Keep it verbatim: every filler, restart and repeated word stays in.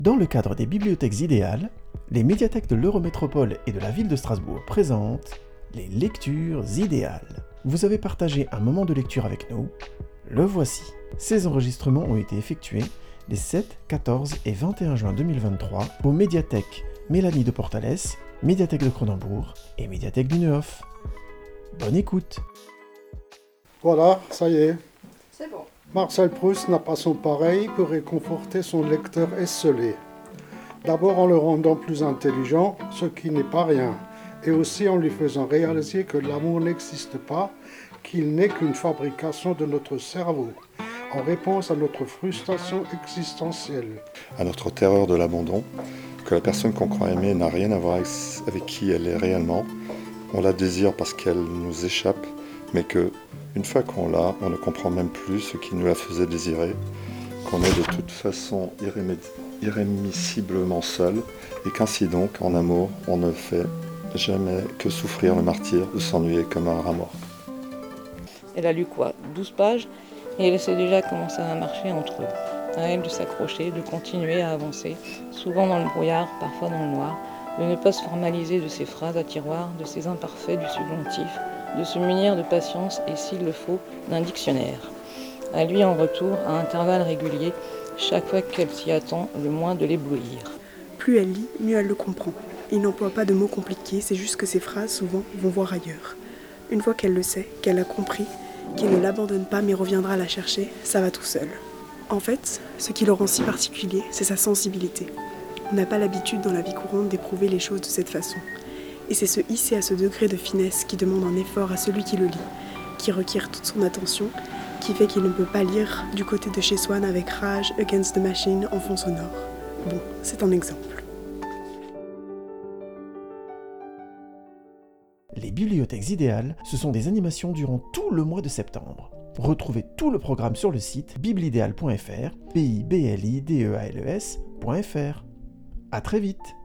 Dans le cadre des bibliothèques idéales, les médiathèques de l'Eurométropole et de la ville de Strasbourg présentent les lectures idéales. Vous avez partagé un moment de lecture avec nous, le voici. Ces enregistrements ont été effectués les sept, quatorze et vingt et un juin deux mille vingt-trois aux médiathèques Mélanie de Portales, médiathèque de Cronenbourg et médiathèque du Neuhoff. Bonne écoute. Voilà, ça y est. C'est bon. Marcel Proust n'a pas son pareil pour réconforter son lecteur esseulé. D'abord en le rendant plus intelligent, ce qui n'est pas rien, et aussi en lui faisant réaliser que l'amour n'existe pas, qu'il n'est qu'une fabrication de notre cerveau, en réponse à notre frustration existentielle. À notre terreur de l'abandon, que la personne qu'on croit aimer n'a rien à voir avec qui elle est réellement. On la désire parce qu'elle nous échappe, mais que, une fois qu'on l'a, on ne comprend même plus ce qui nous la faisait désirer, qu'on est de toute façon irrémé- irrémissiblement seul, et qu'ainsi donc, en amour, on ne fait jamais que souffrir le martyre ou s'ennuyer comme un rat mort. Elle a lu quoi douze pages et elle sait déjà comment ça va marcher entre eux. À elle de s'accrocher, de continuer à avancer, souvent dans le brouillard, parfois dans le noir, de ne pas se formaliser de ses phrases à tiroir, de ses imparfaits du subjonctif, de se munir de patience et, s'il le faut, d'un dictionnaire. À lui en retour, à intervalles réguliers, chaque fois qu'elle s'y attend, le moins de l'éblouir. Plus elle lit, mieux elle le comprend. Il n'emploie pas de mots compliqués, c'est juste que ses phrases, souvent, vont voir ailleurs. Une fois qu'elle le sait, qu'elle a compris, qu'il ne l'abandonne pas mais reviendra la chercher, ça va tout seul. En fait, ce qui le rend si particulier, c'est sa sensibilité. On n'a pas l'habitude dans la vie courante d'éprouver les choses de cette façon. Et c'est se hisser à ce degré de finesse qui demande un effort à celui qui le lit, qui requiert toute son attention, qui fait qu'il ne peut pas lire du côté de chez Swann avec Rage Against the Machine en fond sonore. Bon, c'est un exemple. Les bibliothèques idéales, ce sont des animations durant tout le mois de septembre. Retrouvez tout le programme sur le site biblideal point f r, b i b l i d e a l e s point f r. À très vite.